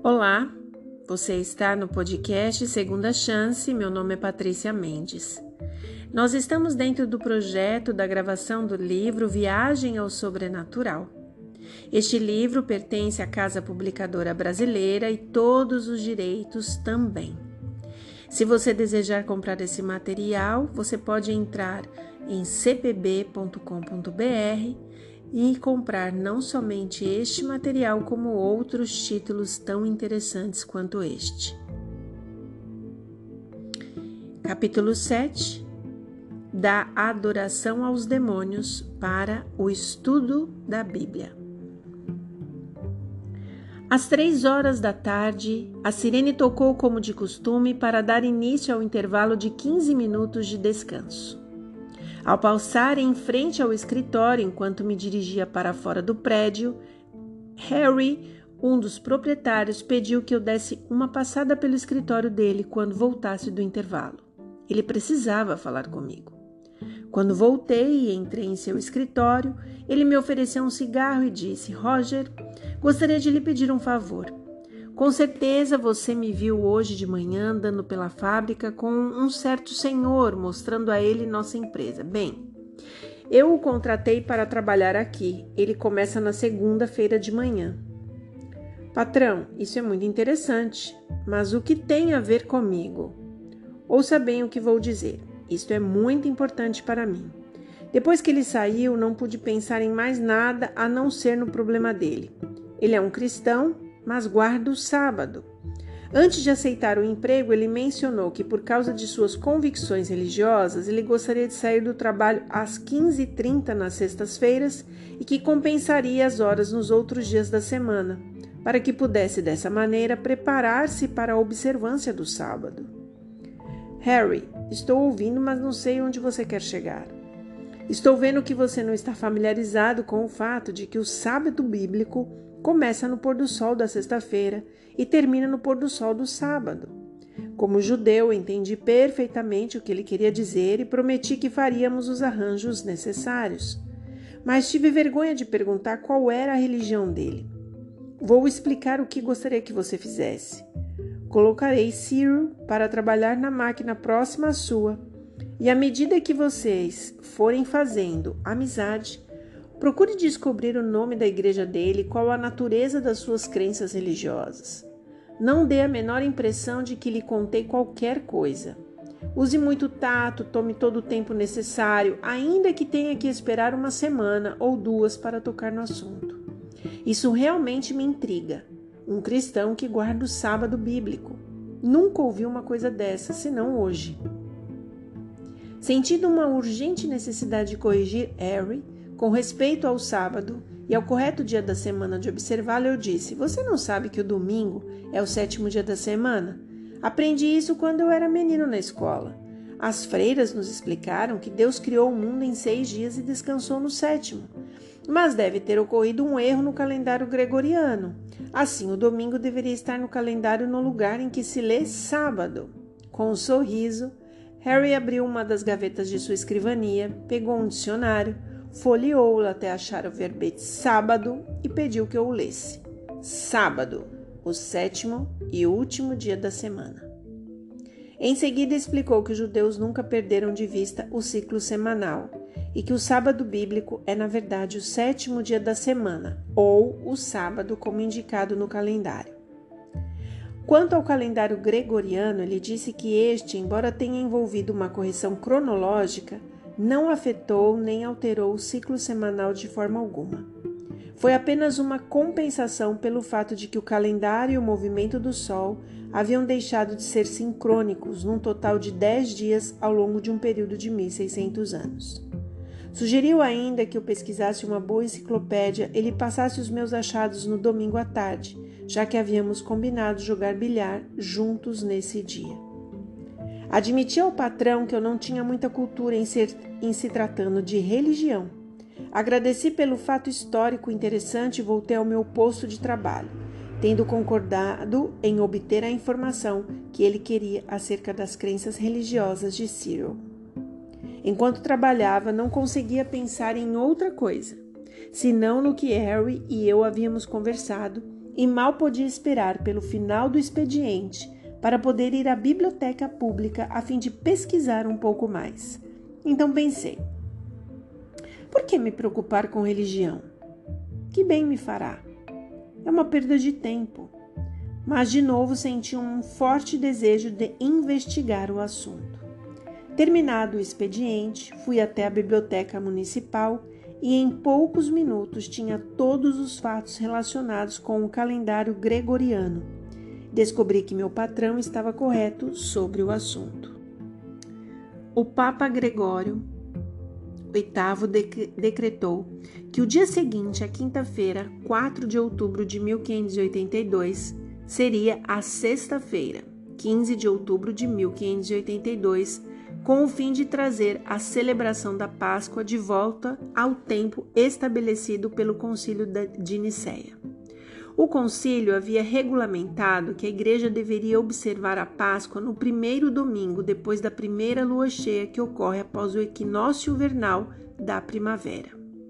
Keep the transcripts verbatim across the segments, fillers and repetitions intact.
Olá, você está no podcast Segunda Chance, meu nome é Patrícia Mendes. Nós estamos dentro do projeto da gravação do livro Viagem ao Sobrenatural. Este livro pertence à Casa Publicadora Brasileira e todos os direitos também. Se você desejar comprar esse material, você pode entrar em c p b ponto com ponto b r e comprar não somente este material, como outros títulos tão interessantes quanto este. Capítulo sete. Da adoração aos demônios para o estudo da Bíblia. Às três horas da tarde, a sirene tocou como de costume para dar início ao intervalo de quinze minutos de descanso. Ao passar em frente ao escritório enquanto me dirigia para fora do prédio, Harry, um dos proprietários, pediu que eu desse uma passada pelo escritório dele quando voltasse do intervalo. Ele precisava falar comigo. Quando voltei e entrei em seu escritório, ele me ofereceu um cigarro e disse: Roger, gostaria de lhe pedir um favor. Com certeza você me viu hoje de manhã andando pela fábrica com um certo senhor, mostrando a ele nossa empresa. Bem, eu o contratei para trabalhar aqui. Ele começa na segunda-feira de manhã. Patrão, isso é muito interessante, mas o que tem a ver comigo? Ouça bem o que vou dizer. Isto é muito importante para mim. Depois que ele saiu, não pude pensar em mais nada a não ser no problema dele. Ele é um cristão, mas guarda o sábado. Antes de aceitar o emprego, ele mencionou que, por causa de suas convicções religiosas, ele gostaria de sair do trabalho às quinze e trinta nas sextas-feiras e que compensaria as horas nos outros dias da semana, para que pudesse, dessa maneira, preparar-se para a observância do sábado. Harry, estou ouvindo, mas não sei onde você quer chegar. Estou vendo que você não está familiarizado com o fato de que o sábado bíblico começa no pôr do sol da sexta-feira e termina no pôr do sol do sábado. Como judeu, entendi perfeitamente o que ele queria dizer e prometi que faríamos os arranjos necessários. Mas tive vergonha de perguntar qual era a religião dele. Vou explicar o que gostaria que você fizesse. Colocarei Cyril para trabalhar na máquina próxima à sua, e à medida que vocês forem fazendo amizade, procure descobrir o nome da igreja dele e qual a natureza das suas crenças religiosas. Não dê a menor impressão de que lhe contei qualquer coisa. Use muito tato, tome todo o tempo necessário, ainda que tenha que esperar uma semana ou duas para tocar no assunto. Isso realmente me intriga. Um cristão que guarda o sábado bíblico. Nunca ouvi uma coisa dessa, senão hoje. Sentindo uma urgente necessidade de corrigir Harry com respeito ao sábado e ao correto dia da semana de observá-lo, eu disse: você não sabe que o domingo é o sétimo dia da semana? Aprendi isso quando eu era menino na escola. As freiras nos explicaram que Deus criou o mundo em seis dias e descansou no sétimo. Mas deve ter ocorrido um erro no calendário gregoriano. Assim, o domingo deveria estar no calendário no lugar em que se lê sábado. Com um sorriso, Harry abriu uma das gavetas de sua escrivania, pegou um dicionário, folheou-o até achar o verbete sábado e pediu que eu o lesse. Sábado, o sétimo e último dia da semana. Em seguida explicou que os judeus nunca perderam de vista o ciclo semanal e que o sábado bíblico é, na verdade, o sétimo dia da semana, ou o sábado como indicado no calendário. Quanto ao calendário gregoriano, ele disse que este, embora tenha envolvido uma correção cronológica, não afetou nem alterou o ciclo semanal de forma alguma. Foi apenas uma compensação pelo fato de que o calendário e o movimento do Sol haviam deixado de ser sincrônicos num total de dez dias ao longo de um período de mil e seiscentos anos. Sugeriu ainda que eu pesquisasse uma boa enciclopédia e lhe passasse os meus achados no domingo à tarde, já que havíamos combinado jogar bilhar juntos nesse dia. Admiti ao patrão que eu não tinha muita cultura em, ser, em se tratando de religião. Agradeci pelo fato histórico interessante e voltei ao meu posto de trabalho, tendo concordado em obter a informação que ele queria acerca das crenças religiosas de Cyril. Enquanto trabalhava, não conseguia pensar em outra coisa, senão no que Harry e eu havíamos conversado e mal podia esperar pelo final do expediente para poder ir à biblioteca pública a fim de pesquisar um pouco mais. Então pensei, por que me preocupar com religião? Que bem me fará? É uma perda de tempo. Mas de novo senti um forte desejo de investigar o assunto. Terminado o expediente, fui até a biblioteca municipal e em poucos minutos tinha todos os fatos relacionados com o calendário gregoriano. Descobri que meu patrão estava correto sobre o assunto. O Papa Gregório oitavo decretou que o dia seguinte, a quinta-feira, quatro de outubro de mil quinhentos e oitenta e dois, seria a sexta-feira, quinze de outubro de mil quinhentos e oitenta e dois, com o fim de trazer a celebração da Páscoa de volta ao tempo estabelecido pelo Concílio de Nicéia. O concílio havia regulamentado que a igreja deveria observar a Páscoa no primeiro domingo depois da primeira lua cheia que ocorre após o equinócio vernal da primavera.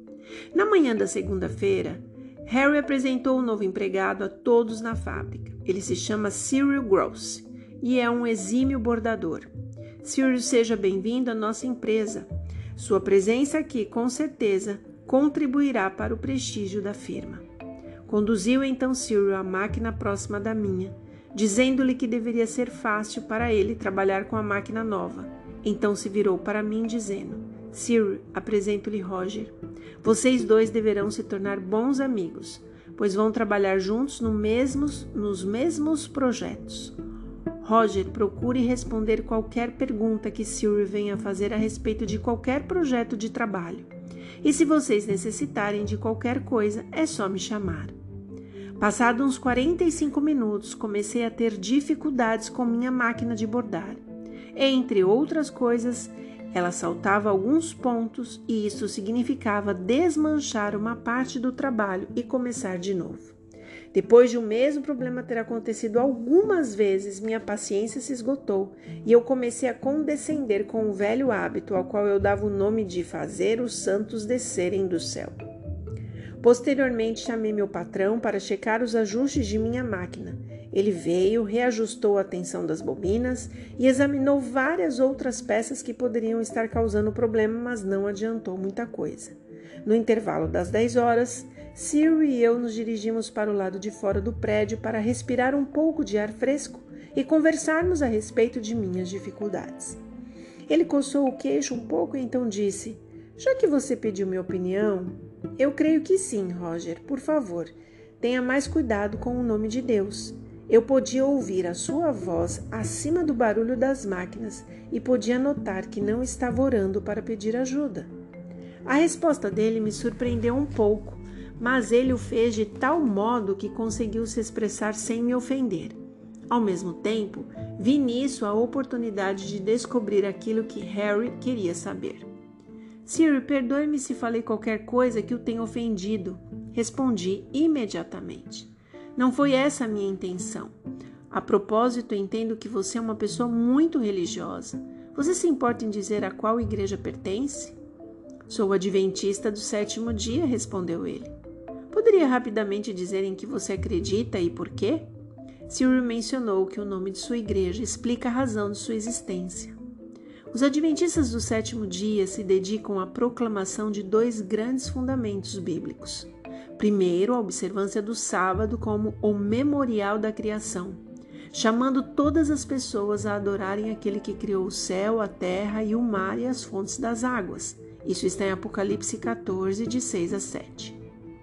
Na manhã da segunda-feira, Harry apresentou o novo empregado a todos na fábrica. Ele se chama Cyril Gross e é um exímio bordador. Cyril, seja bem-vindo à nossa empresa. Sua presença aqui, com certeza, contribuirá para o prestígio da firma. Conduziu então Cyril à máquina próxima da minha, dizendo-lhe que deveria ser fácil para ele trabalhar com a máquina nova. Então se virou para mim, dizendo: Cyril, apresento-lhe Roger. Vocês dois deverão se tornar bons amigos, pois vão trabalhar juntos no mesmos, nos mesmos projetos. Roger, procure responder qualquer pergunta que Cyril venha fazer a respeito de qualquer projeto de trabalho. E se vocês necessitarem de qualquer coisa, é só me chamar. Passados uns quarenta e cinco minutos, comecei a ter dificuldades com minha máquina de bordar. Entre outras coisas, ela saltava alguns pontos e isso significava desmanchar uma parte do trabalho e começar de novo. Depois de o mesmo problema ter acontecido algumas vezes, minha paciência se esgotou e eu comecei a condescender com o velho hábito ao qual eu dava o nome de fazer os santos descerem do céu. Posteriormente, chamei meu patrão para checar os ajustes de minha máquina. Ele veio, reajustou a tensão das bobinas e examinou várias outras peças que poderiam estar causando problema, mas não adiantou muita coisa. No intervalo das dez horas, Cyril e eu nos dirigimos para o lado de fora do prédio para respirar um pouco de ar fresco e conversarmos a respeito de minhas dificuldades. Ele coçou o queixo um pouco e então disse: já que você pediu minha opinião, eu creio que sim, Roger. Por favor, tenha mais cuidado com o nome de Deus. Eu podia ouvir a sua voz acima do barulho das máquinas e podia notar que não estava orando para pedir ajuda. A resposta dele me surpreendeu um pouco, mas ele o fez de tal modo que conseguiu se expressar sem me ofender. Ao mesmo tempo, vi nisso a oportunidade de descobrir aquilo que Harry queria saber. Cyril, perdoe-me se falei qualquer coisa que o tenha ofendido. Respondi imediatamente. Não foi essa a minha intenção. A propósito, entendo que você é uma pessoa muito religiosa. Você se importa em dizer a qual igreja pertence? Sou adventista do sétimo dia, respondeu ele. Poderia rapidamente dizer em que você acredita e por quê? Cyril mencionou que o nome de sua igreja explica a razão de sua existência. Os adventistas do sétimo dia se dedicam à proclamação de dois grandes fundamentos bíblicos. Primeiro, a observância do sábado como o memorial da criação, chamando todas as pessoas a adorarem aquele que criou o céu, a terra e o mar e as fontes das águas. Isso está em Apocalipse quatorze, de seis a sete.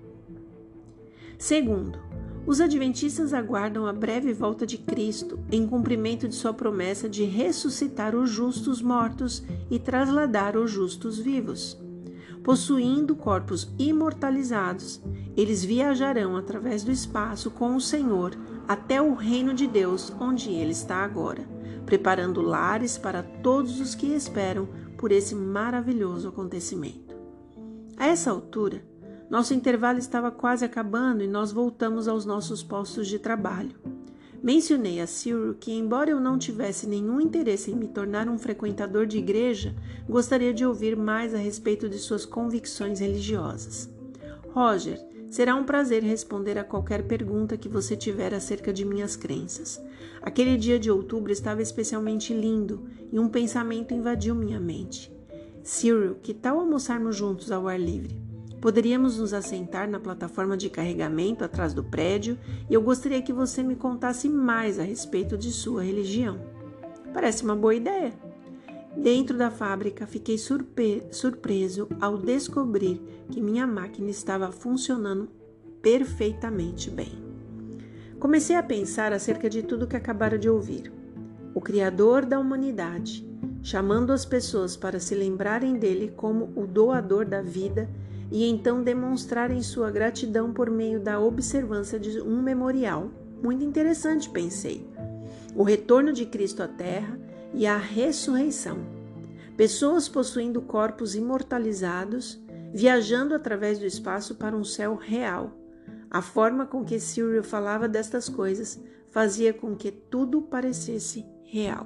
Segundo, os adventistas aguardam a breve volta de Cristo em cumprimento de sua promessa de ressuscitar os justos mortos e trasladar os justos vivos. Possuindo corpos imortalizados, eles viajarão através do espaço com o Senhor até o reino de Deus, onde ele está agora, preparando lares para todos os que esperam por esse maravilhoso acontecimento. A essa altura, nosso intervalo estava quase acabando e nós voltamos aos nossos postos de trabalho. Mencionei a Cyril que, embora eu não tivesse nenhum interesse em me tornar um frequentador de igreja, gostaria de ouvir mais a respeito de suas convicções religiosas. Roger, Será um prazer responder a qualquer pergunta que você tiver acerca de minhas crenças. Aquele dia de outubro estava especialmente lindo e um pensamento invadiu minha mente. Cyril, que tal almoçarmos juntos ao ar livre? Poderíamos nos assentar na plataforma de carregamento atrás do prédio e eu gostaria que você me contasse mais a respeito de sua religião. Parece uma boa ideia. Dentro da fábrica, fiquei surpre- surpreso ao descobrir que minha máquina estava funcionando perfeitamente bem. Comecei a pensar acerca de tudo que acabara de ouvir. O Criador da humanidade, chamando as pessoas para se lembrarem dele como o doador da vida e então demonstrarem sua gratidão por meio da observância de um memorial. Muito interessante, pensei. O retorno de Cristo à Terra e a ressurreição. Pessoas possuindo corpos imortalizados, viajando através do espaço para um céu real. A forma com que Cyril falava destas coisas fazia com que tudo parecesse real.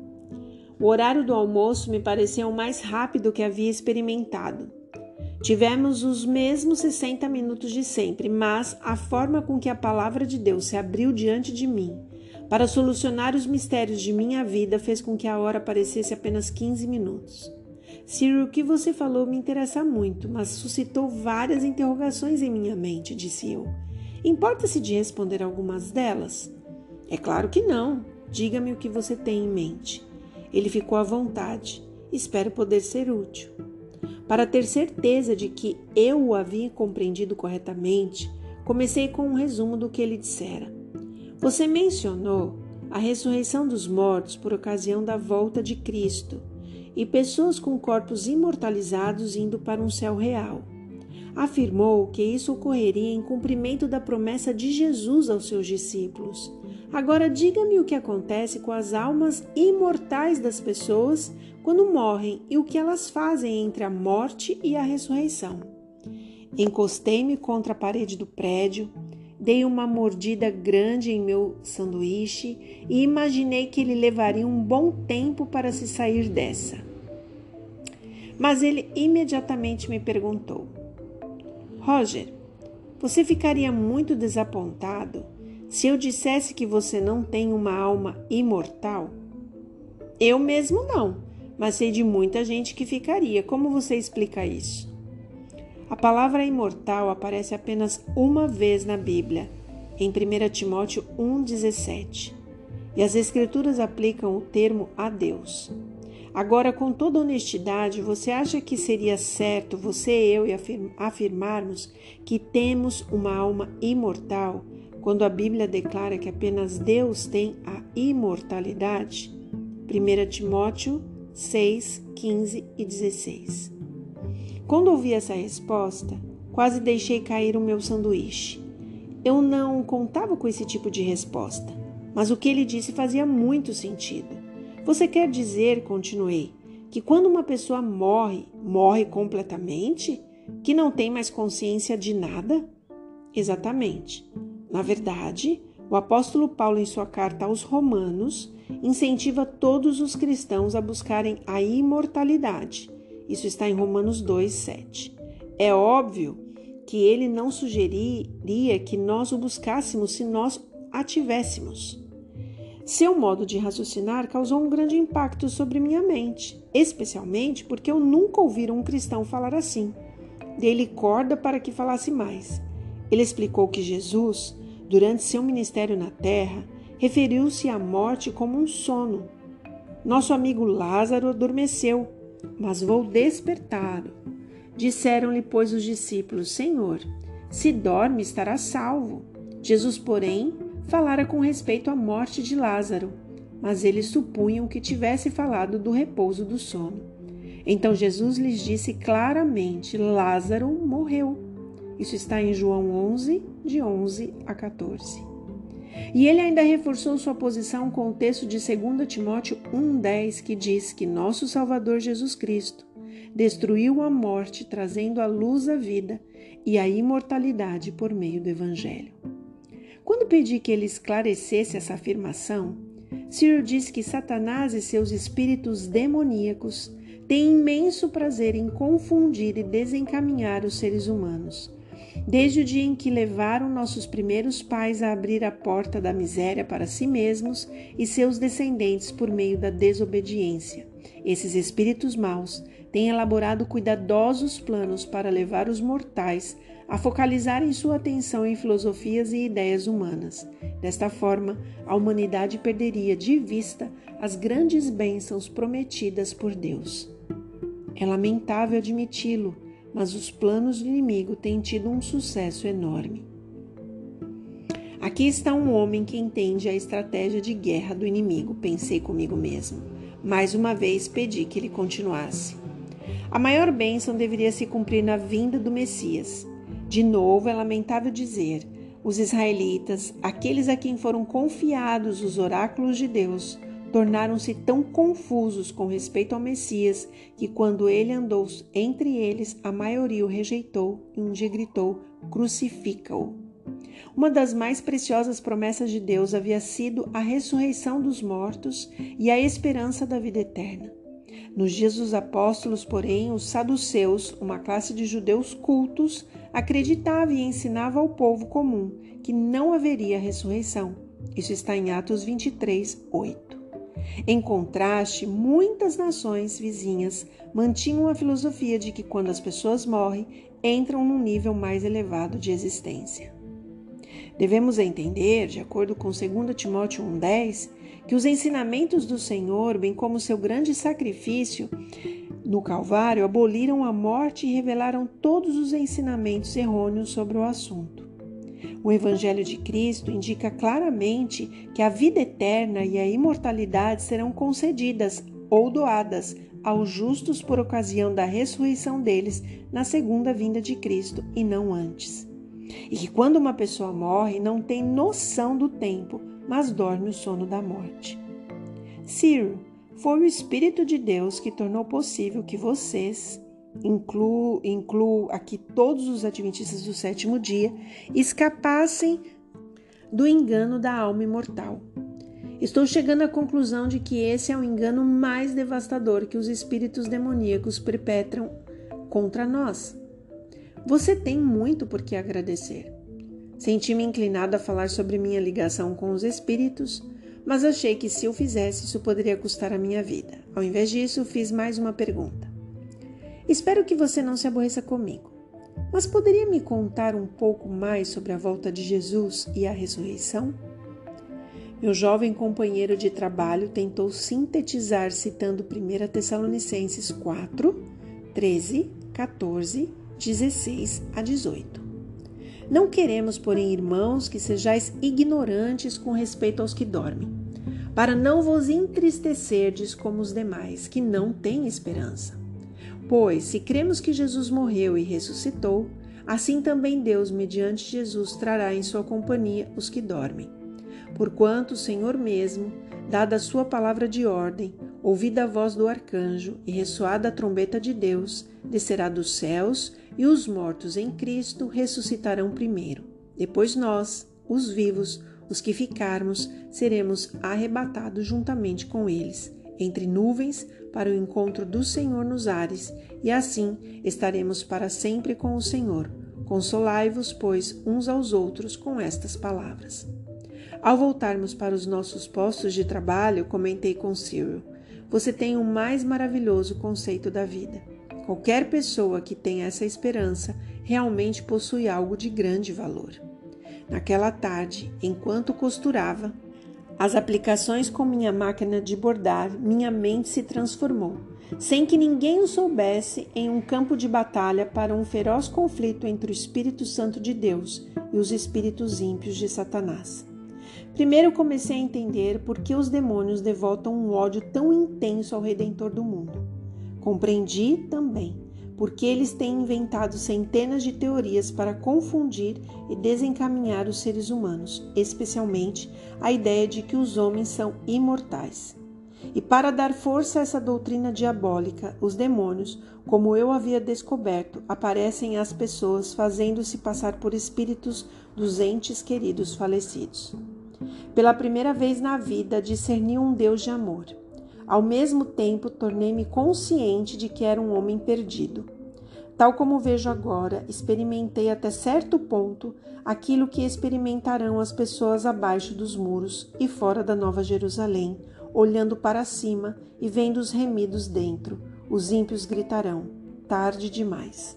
O horário do almoço me parecia o mais rápido que havia experimentado. Tivemos os mesmos sessenta minutos de sempre, mas a forma com que a palavra de Deus se abriu diante de mim para solucionar os mistérios de minha vida fez com que a hora parecesse apenas quinze minutos. Cyril, o que você falou me interessa muito, mas suscitou várias interrogações em minha mente, disse eu. Importa-se de responder algumas delas? É claro que não. Diga-me o que você tem em mente. Ele ficou à vontade. Espero poder ser útil. Para ter certeza de que eu o havia compreendido corretamente, comecei com um resumo do que ele dissera. Você mencionou a ressurreição dos mortos por ocasião da volta de Cristo e pessoas com corpos imortalizados indo para um céu real. Afirmou que isso ocorreria em cumprimento da promessa de Jesus aos seus discípulos. Agora diga-me o que acontece com as almas imortais das pessoas quando morrem e o que elas fazem entre a morte e a ressurreição. Encostei-me contra a parede do prédio, dei uma mordida grande em meu sanduíche e imaginei que ele levaria um bom tempo para se sair dessa. Mas ele imediatamente me perguntou: Roger, você ficaria muito desapontado se eu dissesse que você não tem uma alma imortal? Eu mesmo não, mas sei de muita gente que ficaria. Como você explica isso? A palavra imortal aparece apenas uma vez na Bíblia, em primeiro Timóteo um, dezessete, e as Escrituras aplicam o termo a Deus. Agora, com toda honestidade, você acha que seria certo você e eu afirmarmos que temos uma alma imortal, quando a Bíblia declara que apenas Deus tem a imortalidade? primeiro Timóteo seis, quinze e dezesseis. Quando ouvi essa resposta, quase deixei cair o meu sanduíche. Eu não contava com esse tipo de resposta, mas o que ele disse fazia muito sentido. Você quer dizer, continuei, que quando uma pessoa morre, morre completamente? Que não tem mais consciência de nada? Exatamente. Na verdade, o apóstolo Paulo, em sua carta aos Romanos, incentiva todos os cristãos a buscarem a imortalidade. Isso está em Romanos dois, sete. É óbvio que ele não sugeriria que nós o buscássemos se nós a tivéssemos. Seu modo de raciocinar causou um grande impacto sobre minha mente, especialmente porque eu nunca ouvi um cristão falar assim. Dei-lhe corda para que falasse mais. Ele explicou que Jesus, durante seu ministério na terra, referiu-se à morte como um sono. Nosso amigo Lázaro adormeceu, mas vou despertá-lo. Disseram-lhe, pois, os discípulos: Senhor, se dorme, estará salvo. Jesus, porém, falara com respeito à morte de Lázaro, mas eles supunham que tivesse falado do repouso do sono. Então Jesus lhes disse claramente: Lázaro morreu. Isso está em João onze, de onze a quatorze. E ele ainda reforçou sua posição com o texto de dois Timóteo um, dez, que diz que nosso Salvador Jesus Cristo destruiu a morte, trazendo à luz a vida e a imortalidade por meio do Evangelho. Quando pedi que ele esclarecesse essa afirmação, Cyril disse que Satanás e seus espíritos demoníacos têm imenso prazer em confundir e desencaminhar os seres humanos. Desde o dia em que levaram nossos primeiros pais a abrir a porta da miséria para si mesmos e seus descendentes por meio da desobediência. Esses espíritos maus têm elaborado cuidadosos planos para levar os mortais a focalizarem sua atenção em filosofias e ideias humanas. Desta forma, a humanidade perderia de vista as grandes bênçãos prometidas por Deus. É lamentável admiti-lo, mas os planos do inimigo têm tido um sucesso enorme. Aqui está um homem que entende a estratégia de guerra do inimigo, pensei comigo mesmo. Mais uma vez pedi que ele continuasse. A maior bênção deveria se cumprir na vinda do Messias. De novo, é lamentável dizer, os israelitas, aqueles a quem foram confiados os oráculos de Deus, tornaram-se tão confusos com respeito ao Messias que quando ele andou entre eles, a maioria o rejeitou e um dia gritou, crucifica-o. Uma das mais preciosas promessas de Deus havia sido a ressurreição dos mortos e a esperança da vida eterna. Nos dias dos apóstolos, porém, os saduceus, uma classe de judeus cultos, acreditava e ensinava ao povo comum que não haveria ressurreição. Isso está em Atos vinte e três, oito. Em contraste, muitas nações vizinhas mantinham a filosofia de que quando as pessoas morrem, entram num nível mais elevado de existência. Devemos entender, de acordo com dois Timóteo um, dez, que os ensinamentos do Senhor, bem como seu grande sacrifício no Calvário, aboliram a morte e revelaram todos os ensinamentos errôneos sobre o assunto. O Evangelho de Cristo indica claramente que a vida eterna e a imortalidade serão concedidas ou doadas aos justos por ocasião da ressurreição deles na segunda vinda de Cristo e não antes. E que quando uma pessoa morre, não tem noção do tempo, mas dorme o sono da morte. Cyril, foi o Espírito de Deus que tornou possível que vocês, incluo, incluo aqui todos os adventistas do sétimo dia, escapassem do engano da alma imortal. Estou chegando à conclusão de que esse é o engano mais devastador que os espíritos demoníacos perpetram contra nós. Você tem muito por que agradecer. Senti-me inclinado a falar sobre minha ligação com os espíritos, mas achei que se eu fizesse isso poderia custar a minha vida. Ao invés disso, fiz mais uma pergunta. Espero que você não se aborreça comigo, mas poderia me contar um pouco mais sobre a volta de Jesus e a ressurreição? Meu jovem companheiro de trabalho tentou sintetizar citando primeira Tessalonicenses quatro, treze, quatorze, dezesseis a dezoito. Não queremos, porém, irmãos, que sejais ignorantes com respeito aos que dormem, para não vos entristecerdes como os demais, que não têm esperança. Pois, se cremos que Jesus morreu e ressuscitou, assim também Deus, mediante Jesus, trará em sua companhia os que dormem. Porquanto o Senhor mesmo, dada a sua palavra de ordem, ouvida a voz do arcanjo e ressoada a trombeta de Deus, descerá dos céus e os mortos em Cristo ressuscitarão primeiro. Depois nós, os vivos, os que ficarmos, seremos arrebatados juntamente com eles, entre nuvens, para o encontro do Senhor nos ares, e assim estaremos para sempre com o Senhor. Consolai-vos, pois, uns aos outros com estas palavras. Ao voltarmos para os nossos postos de trabalho, comentei com Cyril, você tem o mais maravilhoso conceito da vida. Qualquer pessoa que tenha essa esperança realmente possui algo de grande valor. Naquela tarde, enquanto costurava as aplicações com minha máquina de bordar, minha mente se transformou, sem que ninguém o soubesse, em um campo de batalha para um feroz conflito entre o Espírito Santo de Deus e os espíritos ímpios de Satanás. Primeiro comecei a entender por que os demônios devotam um ódio tão intenso ao Redentor do mundo. Compreendi também porque eles têm inventado centenas de teorias para confundir e desencaminhar os seres humanos, especialmente a ideia de que os homens são imortais. E para dar força a essa doutrina diabólica, os demônios, como eu havia descoberto, aparecem às pessoas fazendo-se passar por espíritos dos entes queridos falecidos. Pela primeira vez na vida, discerni um Deus de amor. Ao mesmo tempo, tornei-me consciente de que era um homem perdido. Tal como vejo agora, experimentei até certo ponto aquilo que experimentarão as pessoas abaixo dos muros e fora da Nova Jerusalém, olhando para cima e vendo os remidos dentro. Os ímpios gritarão: tarde demais.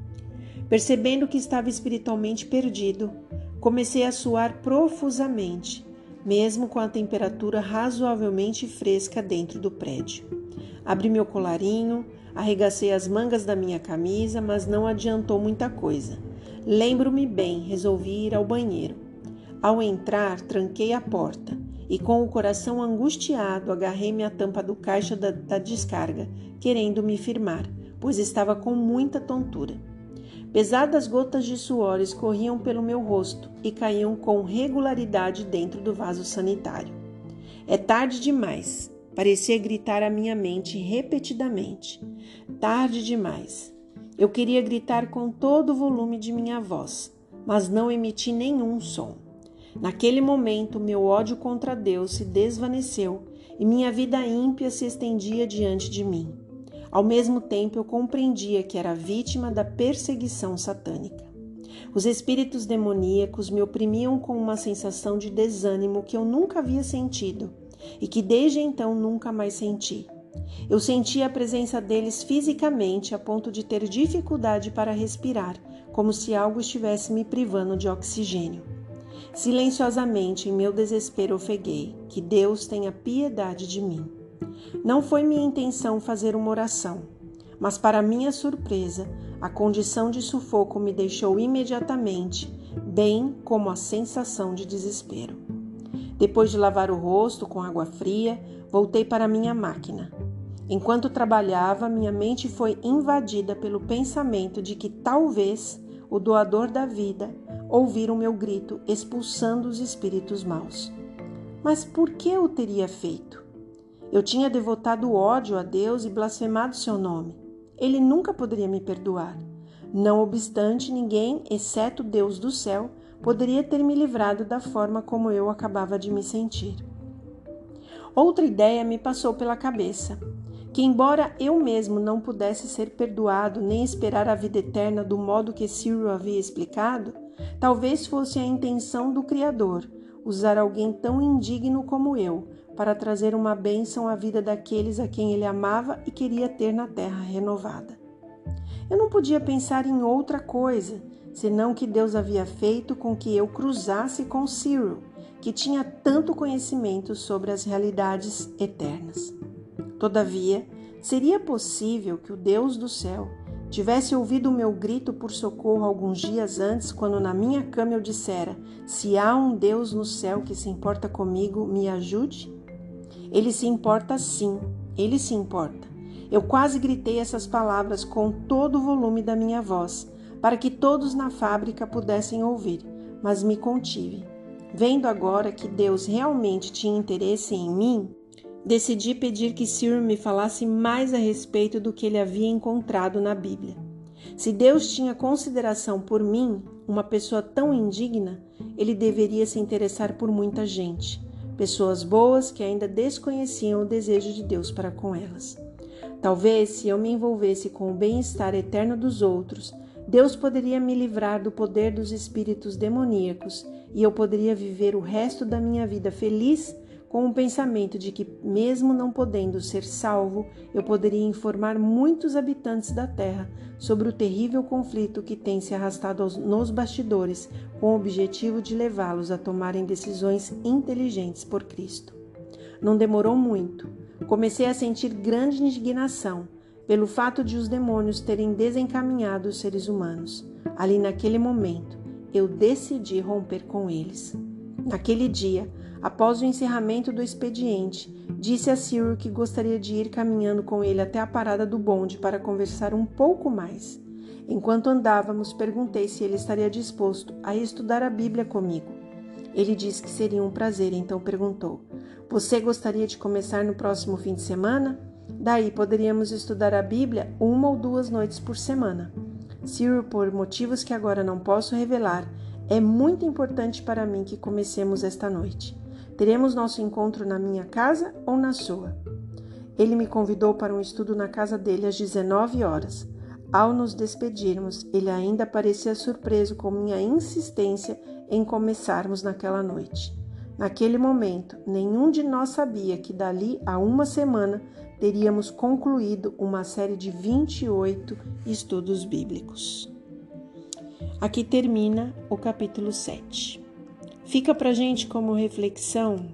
Percebendo que estava espiritualmente perdido, comecei a suar profusamente, mesmo com a temperatura razoavelmente fresca dentro do prédio. Abri meu colarinho, arregacei as mangas da minha camisa, mas não adiantou muita coisa. Lembro-me bem, resolvi ir ao banheiro. Ao entrar, tranquei a porta e, com o coração angustiado, agarrei-me à tampa do caixa da, da descarga, querendo me firmar, pois estava com muita tontura. Pesadas gotas de suor escorriam pelo meu rosto e caíam com regularidade dentro do vaso sanitário. É tarde demais, parecia gritar à minha mente repetidamente. Tarde demais. Eu queria gritar com todo o volume de minha voz, mas não emiti nenhum som. Naquele momento, meu ódio contra Deus se desvaneceu e minha vida ímpia se estendia diante de mim. Ao mesmo tempo, eu compreendia que era vítima da perseguição satânica. Os espíritos demoníacos me oprimiam com uma sensação de desânimo que eu nunca havia sentido e que desde então nunca mais senti. Eu sentia a presença deles fisicamente a ponto de ter dificuldade para respirar, como se algo estivesse me privando de oxigênio. Silenciosamente, em meu desespero, ofeguei: que Deus tenha piedade de mim. Não foi minha intenção fazer uma oração, mas para minha surpresa, a condição de sufoco me deixou imediatamente, bem como a sensação de desespero. Depois de lavar o rosto com água fria, voltei para minha máquina. Enquanto trabalhava, minha mente foi invadida pelo pensamento de que talvez o doador da vida ouvira o meu grito expulsando os espíritos maus. Mas por que eu teria feito? Eu tinha devotado ódio a Deus e blasfemado seu nome. Ele nunca poderia me perdoar. Não obstante, ninguém, exceto Deus do céu, poderia ter me livrado da forma como eu acabava de me sentir. Outra ideia me passou pela cabeça, que embora eu mesmo não pudesse ser perdoado nem esperar a vida eterna do modo que Cyril havia explicado, talvez fosse a intenção do Criador usar alguém tão indigno como eu para trazer uma bênção à vida daqueles a quem ele amava e queria ter na terra renovada. Eu não podia pensar em outra coisa, senão que Deus havia feito com que eu cruzasse com Cyril, que tinha tanto conhecimento sobre as realidades eternas. Todavia, seria possível que o Deus do céu tivesse ouvido o meu grito por socorro alguns dias antes, quando na minha cama eu dissera: se há um Deus no céu que se importa comigo, me ajude? Ele se importa sim, ele se importa. Eu quase gritei essas palavras com todo o volume da minha voz, para que todos na fábrica pudessem ouvir, mas me contive. Vendo agora que Deus realmente tinha interesse em mim, decidi pedir que Cyril me falasse mais a respeito do que ele havia encontrado na Bíblia. Se Deus tinha consideração por mim, uma pessoa tão indigna, ele deveria se interessar por muita gente, pessoas boas que ainda desconheciam o desejo de Deus para com elas. Talvez, se eu me envolvesse com o bem-estar eterno dos outros, Deus poderia me livrar do poder dos espíritos demoníacos e eu poderia viver o resto da minha vida feliz com o pensamento de que, mesmo não podendo ser salvo, eu poderia informar muitos habitantes da Terra sobre o terrível conflito que tem se arrastado aos, nos bastidores, com o objetivo de levá-los a tomarem decisões inteligentes por Cristo. Não demorou muito. Comecei a sentir grande indignação pelo fato de os demônios terem desencaminhado os seres humanos. Ali naquele momento, eu decidi romper com eles. Naquele dia, após o encerramento do expediente, disse a Cyril que gostaria de ir caminhando com ele até a parada do bonde para conversar um pouco mais. Enquanto andávamos, perguntei se ele estaria disposto a estudar a Bíblia comigo. Ele disse que seria um prazer, então perguntou: você gostaria de começar no próximo fim de semana? Daí poderíamos estudar a Bíblia uma ou duas noites por semana. Cyril, por motivos que agora não posso revelar, é muito importante para mim que comecemos esta noite. Teremos nosso encontro na minha casa ou na sua? Ele me convidou para um estudo na casa dele às dezenove horas. Ao nos despedirmos, ele ainda parecia surpreso com minha insistência em começarmos naquela noite. Naquele momento, nenhum de nós sabia que dali a uma semana teríamos concluído uma série de vinte e oito estudos bíblicos. Aqui termina o capítulo sete. Fica pra gente como reflexão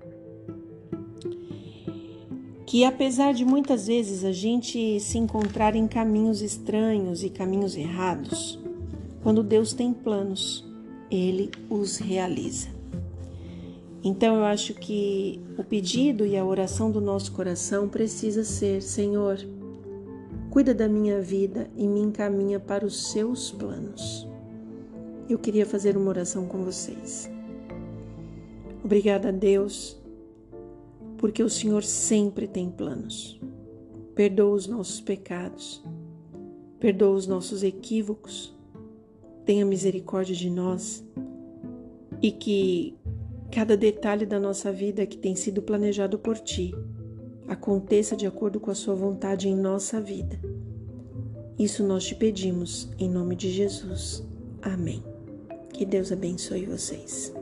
que, apesar de muitas vezes a gente se encontrar em caminhos estranhos e caminhos errados, quando Deus tem planos, Ele os realiza. Então eu acho que o pedido e a oração do nosso coração precisa ser: Senhor, cuida da minha vida e me encaminha para os seus planos. Eu queria fazer uma oração com vocês. Obrigada a Deus, porque o Senhor sempre tem planos. Perdoa os nossos pecados, perdoa os nossos equívocos, tenha misericórdia de nós e que cada detalhe da nossa vida que tem sido planejado por Ti aconteça de acordo com a Sua vontade em nossa vida. Isso nós te pedimos em nome de Jesus. Amém. Que Deus abençoe vocês.